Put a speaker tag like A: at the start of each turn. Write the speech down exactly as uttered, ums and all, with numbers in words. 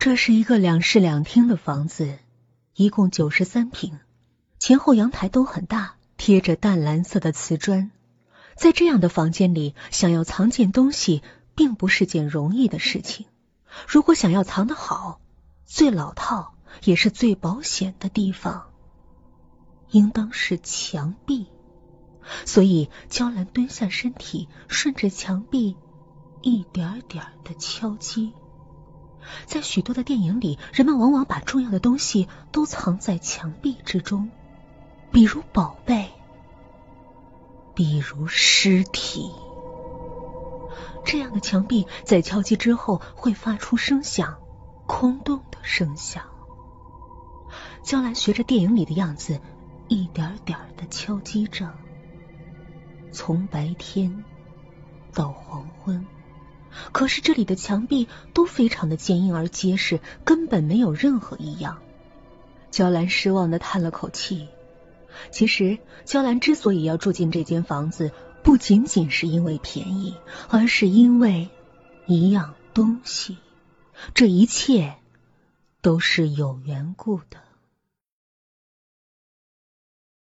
A: 这是一个两室两厅的房子，一共九十三平，前后阳台都很大，贴着淡蓝色的瓷砖。在这样的房间里，想要藏件东西并不是件容易的事情。如果想要藏得好，最老套也是最保险的地方应当是墙壁。所以娇兰蹲下身体，顺着墙壁一点点的敲击。在许多的电影里，人们往往把重要的东西都藏在墙壁之中，比如宝贝，比如尸体。这样的墙壁在敲击之后会发出声响，空洞的声响。娇兰学着电影里的样子，一点点的敲击着，从白天到黄昏。可是这里的墙壁都非常的坚硬而结实，根本没有任何异样。娇兰失望地叹了口气。其实娇兰之所以要住进这间房子，不仅仅是因为便宜，而是因为一样东西。这一切都是有缘故的。